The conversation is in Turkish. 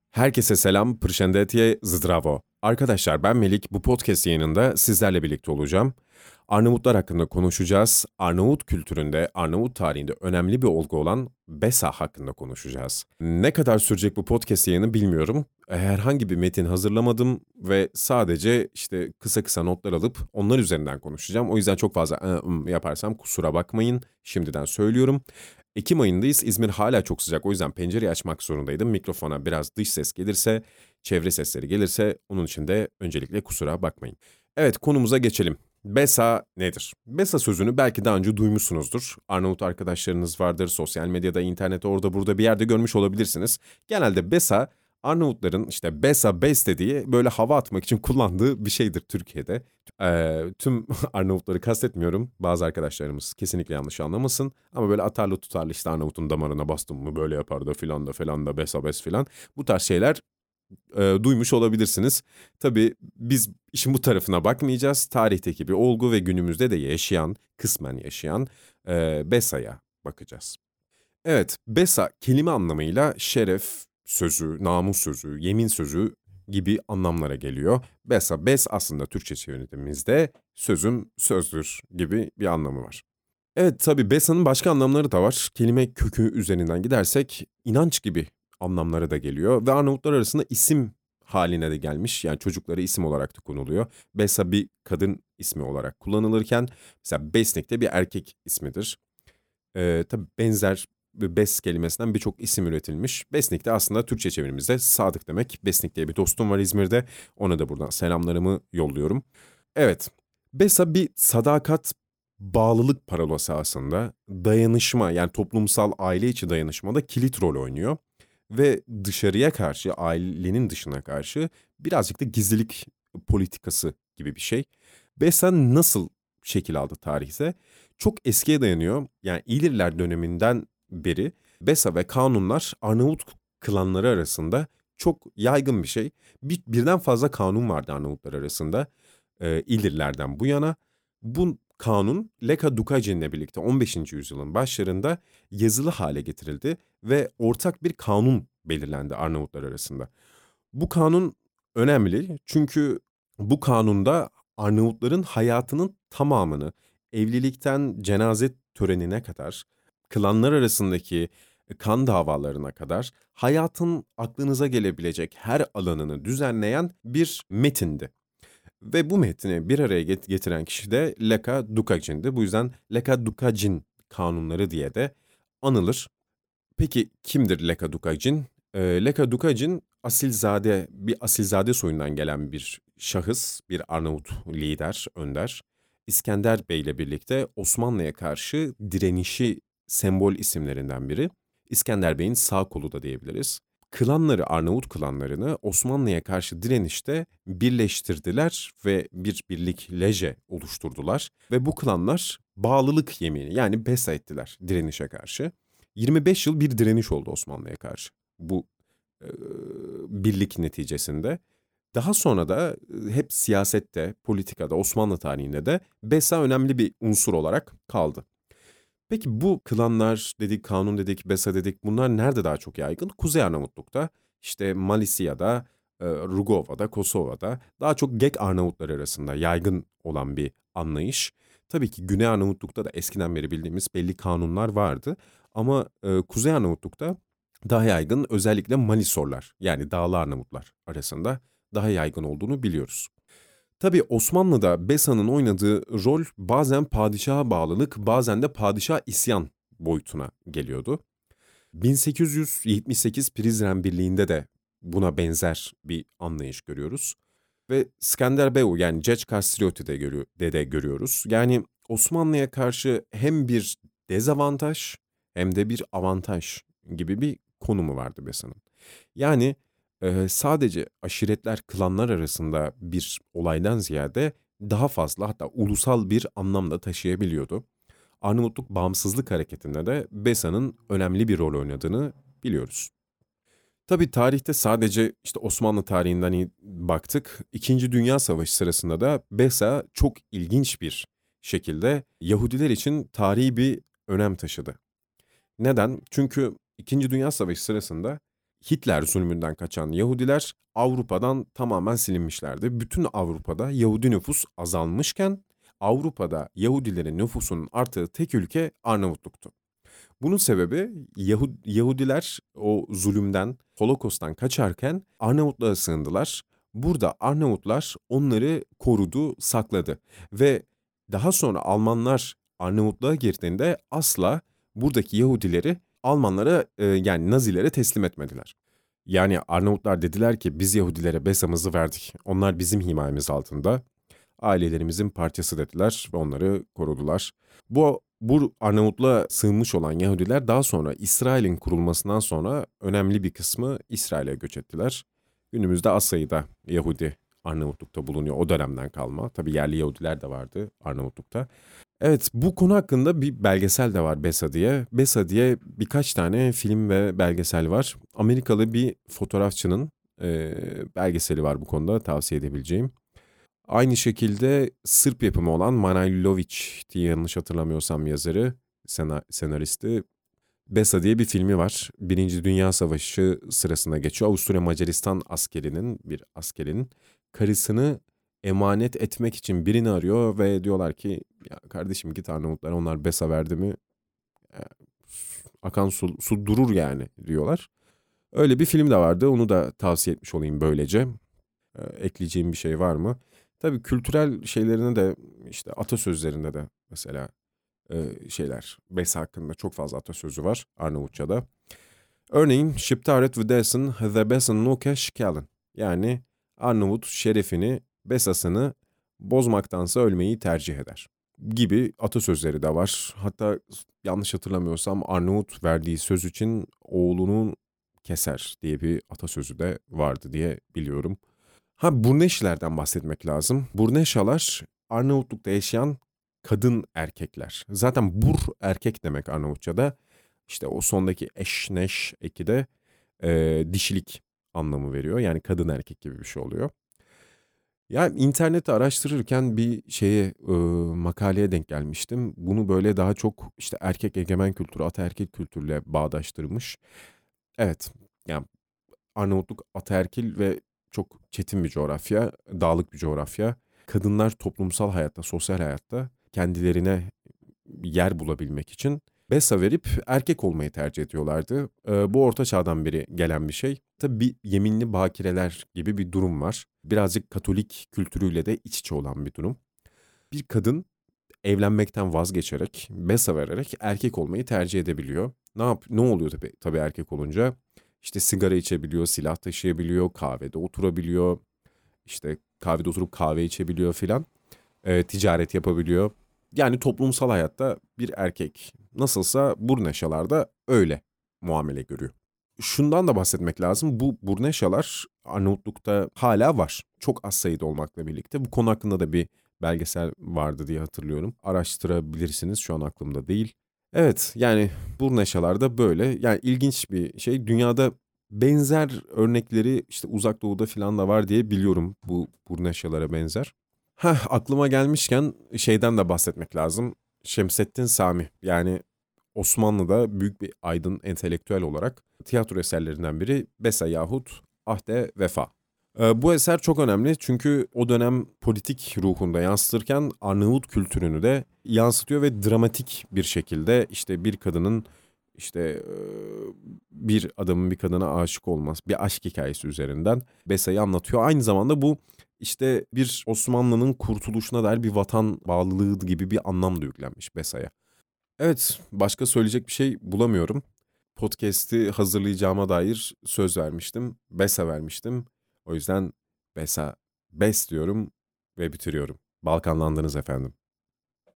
Herkese selam, Pršendetje Zdravo. Arkadaşlar ben Melik, bu podcast yayınında sizlerle birlikte olacağım. Arnavutlar hakkında konuşacağız. Arnavut kültüründe, Arnavut tarihinde önemli bir olgu olan Besa hakkında konuşacağız. Ne kadar sürecek bu podcast yayını bilmiyorum. Herhangi bir metin hazırlamadım ve sadece kısa kısa notlar alıp onlar üzerinden konuşacağım. O yüzden çok fazla yaparsam kusura bakmayın. Şimdiden söylüyorum. Ekim ayındayız. İzmir hala çok sıcak. O yüzden pencereyi açmak zorundaydım. Mikrofona biraz dış ses gelirse, çevre sesleri gelirse onun için de öncelikle kusura bakmayın. Evet, konumuza geçelim. Besa nedir? Besa sözünü belki daha önce duymuşsunuzdur. Arnavut arkadaşlarınız vardır. Sosyal medyada, internette orada burada bir yerde görmüş olabilirsiniz. Genelde Besa Arnavutların Besa Beste diye böyle hava atmak için kullandığı bir şeydir Türkiye'de. Tüm Arnavutları kastetmiyorum. Bazı arkadaşlarımız kesinlikle yanlış anlamasın. Ama böyle atarlı tutarlı Arnavut'un damarına bastım mı böyle yapar da filan da filan da besa bes filan. Bu tarz şeyler duymuş olabilirsiniz. Tabii biz işin bu tarafına bakmayacağız. Tarihteki bir olgu ve günümüzde de yaşayan, kısmen yaşayan Besa'ya bakacağız. Evet, Besa kelime anlamıyla şeref sözü, namus sözü, yemin sözü gibi anlamlara geliyor. Besa, bes aslında Türkçe çevirimizde sözüm sözdür gibi bir anlamı var. Evet, tabii Besa'nın başka anlamları da var. Kelime kökü üzerinden gidersek inanç gibi anlamları da geliyor ve Arnavutlar arasında isim haline de gelmiş. Yani çocuklara isim olarak da konuluyor. Besa bir kadın ismi olarak kullanılırken mesela Besnik de bir erkek ismidir. Tabii benzer bes kelimesinden birçok isim üretilmiş. Besnik de aslında Türkçe çevirimizde sadık demek. Besnik diye bir dostum var İzmir'de. Ona da buradan selamlarımı yolluyorum. Evet, Besa bir sadakat, bağlılık parolası aslında. Dayanışma yani toplumsal aile içi dayanışmada kilit rol oynuyor. Ve dışarıya karşı, ailenin dışına karşı birazcık da gizlilik politikası gibi bir şey. Besa nasıl şekil aldı tarihte? Çok eskiye dayanıyor. Yani İlirler döneminden beri Besa ve kanunlar Arnavut klanları arasında çok yaygın bir şey. Birden fazla kanun vardı Arnavutlar arasında. İlirlerden bu yana. Bu kanun Leka Dukacin birlikte 15. yüzyılın başlarında yazılı hale getirildi ve ortak bir kanun belirlendi Arnavutlar arasında. Bu kanun önemli çünkü bu kanunda Arnavutların hayatının tamamını evlilikten cenaze törenine kadar, klanlar arasındaki kan davalarına kadar hayatın aklınıza gelebilecek her alanını düzenleyen bir metindi. Ve bu metni bir araya getiren kişi de Leka Dukacin'di. Bu yüzden Leka Dukacin kanunları diye de anılır. Peki kimdir Leka Dukacin? Leka Dukacin bir asilzade soyundan gelen bir şahıs, bir Arnavut lider, önder. İskender Bey ile birlikte Osmanlı'ya karşı direnişi sembol isimlerinden biri. İskender Bey'in sağ kolu da diyebiliriz. Klanları, Arnavut klanlarını Osmanlı'ya karşı direnişte birleştirdiler ve bir birlik leje oluşturdular. Ve bu klanlar bağlılık yemini yani besa ettiler direnişe karşı. 25 yıl bir direniş oldu Osmanlı'ya karşı bu e, birlik neticesinde. Daha sonra da hep siyasette, politikada, Osmanlı tarihinde de Besa önemli bir unsur olarak kaldı. Peki bu klanlar dedik, kanun dedik, Besa dedik bunlar nerede daha çok yaygın? Kuzey Arnavutluk'ta, Malisya'da, Rugova'da, Kosova'da daha çok Gek Arnavutları arasında yaygın olan bir anlayış. Tabii ki Güney Arnavutluk'ta da eskiden beri bildiğimiz belli kanunlar vardı. Ama Kuzey Arnavutluk'ta daha yaygın özellikle Manisorlar yani Dağlı Arnavutlar arasında daha yaygın olduğunu biliyoruz. Tabii Osmanlı'da Besa'nın oynadığı rol bazen padişaha bağlılık, bazen de padişah isyan boyutuna geliyordu. 1878 Prizren Birliği'nde de buna benzer bir anlayış görüyoruz. Ve Skanderbeu yani Cech Castriotti'de de görüyoruz. Yani Osmanlı'ya karşı hem bir dezavantaj hem de bir avantaj gibi bir konumu vardı Besa'nın. Yani sadece aşiretler, klanlar arasında bir olaydan ziyade daha fazla hatta ulusal bir anlam da taşıyabiliyordu. Arnavutluk Bağımsızlık Hareketi'nde de Besa'nın önemli bir rol oynadığını biliyoruz. Tabii tarihte sadece Osmanlı tarihinden baktık. İkinci Dünya Savaşı sırasında da Besa çok ilginç bir şekilde Yahudiler için tarihi bir önem taşıdı. Neden? Çünkü İkinci Dünya Savaşı sırasında Hitler zulmünden kaçan Yahudiler Avrupa'dan tamamen silinmişlerdi. Bütün Avrupa'da Yahudi nüfus azalmışken Avrupa'da Yahudilerin nüfusunun arttığı tek ülke Arnavutluk'tu. Bunun sebebi Yahudiler o zulümden, Holokost'tan kaçarken Arnavutluğa sığındılar. Burada Arnavutlar onları korudu, sakladı ve daha sonra Almanlar Arnavutluğa girdiğinde asla buradaki Yahudileri Almanlara yani Nazilere teslim etmediler. Yani Arnavutlar dediler ki biz Yahudilere Besa'mızı verdik. Onlar bizim himayemiz altında. Ailelerimizin parçası dediler ve onları korudular. Bu Arnavutluğa sığınmış olan Yahudiler daha sonra İsrail'in kurulmasından sonra önemli bir kısmı İsrail'e göç ettiler. Günümüzde az sayıda Yahudi Arnavutluk'ta bulunuyor o dönemden kalma. Tabii yerli Yahudiler de vardı Arnavutluk'ta. Evet, bu konu hakkında bir belgesel de var Besa diye. Besa diye birkaç tane film ve belgesel var. Amerikalı bir fotoğrafçının belgeseli var bu konuda tavsiye edebileceğim. Aynı şekilde Sırp yapımı olan Manojlović diye yanlış hatırlamıyorsam yazarı, senaristi. Besa diye bir filmi var. Birinci Dünya Savaşı sırasında geçiyor. Avusturya Macaristan bir askerinin karısını emanet etmek için birini arıyor ve diyorlar ki ya kardeşim git Arnavutlara onlar Besa verdi mi e, akan su durur yani diyorlar. Öyle bir film de vardı. Onu da tavsiye etmiş olayım böylece. Ekleyeceğim bir şey var mı? Tabii kültürel şeylerine de işte atasözlerinde de mesela Besa hakkında çok fazla atasözü var Arnavutça'da. Örneğin Shiptaret vdesin the besan nukesh kalın. Yani Arnavut şerefini, Besasını bozmaktansa ölmeyi tercih eder gibi atasözleri de var. Hatta yanlış hatırlamıyorsam Arnavut verdiği söz için oğlunu keser diye bir atasözü de vardı diye biliyorum. Ha Burneşilerden bahsetmek lazım. Burneşalar Arnavutluk'ta yaşayan kadın erkekler. Zaten bur erkek demek Arnavutça'da. İşte o sondaki eş neş eki de dişilik anlamı veriyor. Yani kadın erkek gibi bir şey oluyor. Yani internette araştırırken bir makaleye denk gelmiştim. Bunu böyle daha çok işte erkek egemen kültürü, ataerkil kültürle bağdaştırmış. Evet, yani Arnavutluk ataerkil ve çok çetin bir coğrafya, dağlık bir coğrafya. Kadınlar toplumsal hayatta, sosyal hayatta kendilerine yer bulabilmek için Besa verip erkek olmayı tercih ediyorlardı. Bu orta çağdan beri gelen bir şey. Tabii bir yeminli bakireler gibi bir durum var. Birazcık Katolik kültürüyle de iç içe olan bir durum. Bir kadın evlenmekten vazgeçerek, Besa vererek erkek olmayı tercih edebiliyor. Ne oluyor tabii erkek olunca? İşte sigara içebiliyor, silah taşıyabiliyor, kahvede oturabiliyor. İşte kahvede oturup kahve içebiliyor filan. Ticaret yapabiliyor. Yani toplumsal hayatta bir erkek nasılsa Burneşalarda öyle muamele görüyor. Şundan da bahsetmek lazım. Bu Burneşalar Arnavutluk'ta hala var. Çok az sayıda olmakla birlikte. Bu konu hakkında da bir belgesel vardı diye hatırlıyorum. Araştırabilirsiniz. Şu an aklımda değil. Evet, yani Burneşalar da böyle. Yani ilginç bir şey. Dünyada benzer örnekleri işte Uzak Doğu'da falan da var diye biliyorum bu Burneşalara benzer. Aklıma gelmişken şeyden de bahsetmek lazım. Şemsettin Sami yani Osmanlı'da büyük bir aydın entelektüel olarak tiyatro eserlerinden biri Besa yahut Ahde Vefa. Bu eser çok önemli çünkü o dönem politik ruhunda yansıtırken Arnavut kültürünü de yansıtıyor ve dramatik bir şekilde işte bir kadının bir adamın bir kadına aşık olması, bir aşk hikayesi üzerinden Besa'yı anlatıyor. Aynı zamanda bu işte bir Osmanlı'nın kurtuluşuna dair bir vatan bağlılığı gibi bir anlam da yüklenmiş Besa'ya. Evet, başka söyleyecek bir şey bulamıyorum. Podcast'i hazırlayacağıma dair söz vermiştim. Besa vermiştim. O yüzden Besa, Bes diyorum ve bitiriyorum. Balkanlandınız efendim.